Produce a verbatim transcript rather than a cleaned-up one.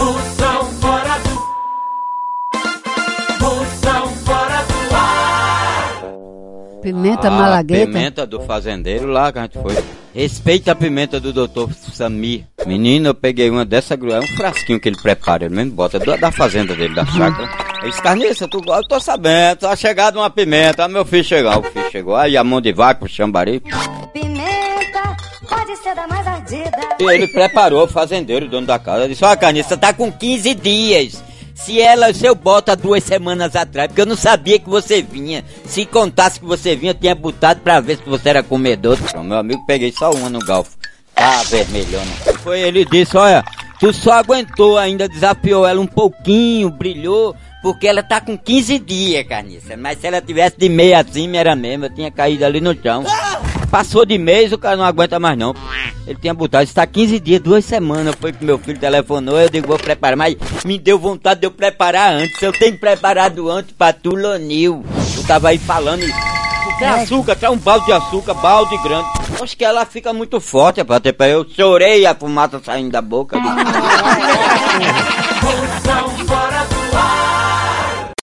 Moção fora do... Moção fora do ar. Pimenta Ah, malagueta. Pimenta do fazendeiro lá que a gente foi. Respeita a pimenta do doutor Samir. Menino, eu peguei uma dessa, é um frasquinho que ele prepara, ele mesmo bota da, da fazenda dele, da chácara. Eu disse, Carniça, tu gosta? Eu tô sabendo, tá chegado uma pimenta. Ah, meu filho chegou, o filho chegou. Aí a mão de vaca, o chambari. Pimenta pode ser da mais ardida. E ele preparou, o fazendeiro, o dono da casa. Ele disse, ó, Carniça, tá com quinze dias. Se ela, se eu boto há duas semanas atrás, porque eu não sabia que você vinha. Se contasse que você vinha, eu tinha botado pra ver se você era comedor. Então, meu amigo, peguei só uma no galfo. Tá vermelhona. Foi, ele disse, olha, tu só aguentou ainda, desafiou ela um pouquinho, brilhou, porque ela tá com quinze dias, Carniça. Mas se ela tivesse de meia assim, era mesmo, eu tinha caído ali no chão. Passou de mês, o cara não aguenta mais não. Ele tinha botado, está quinze dias, duas semanas. Foi que meu filho telefonou, eu digo, vou preparar. Mas me deu vontade de eu preparar antes. Eu tenho preparado antes pra tu, Lonil. Eu tava aí falando, tem açúcar, traz um balde de açúcar, balde grande. Acho que ela fica muito forte, rapaz. Eu chorei a fumaça saindo da boca. Moção fora do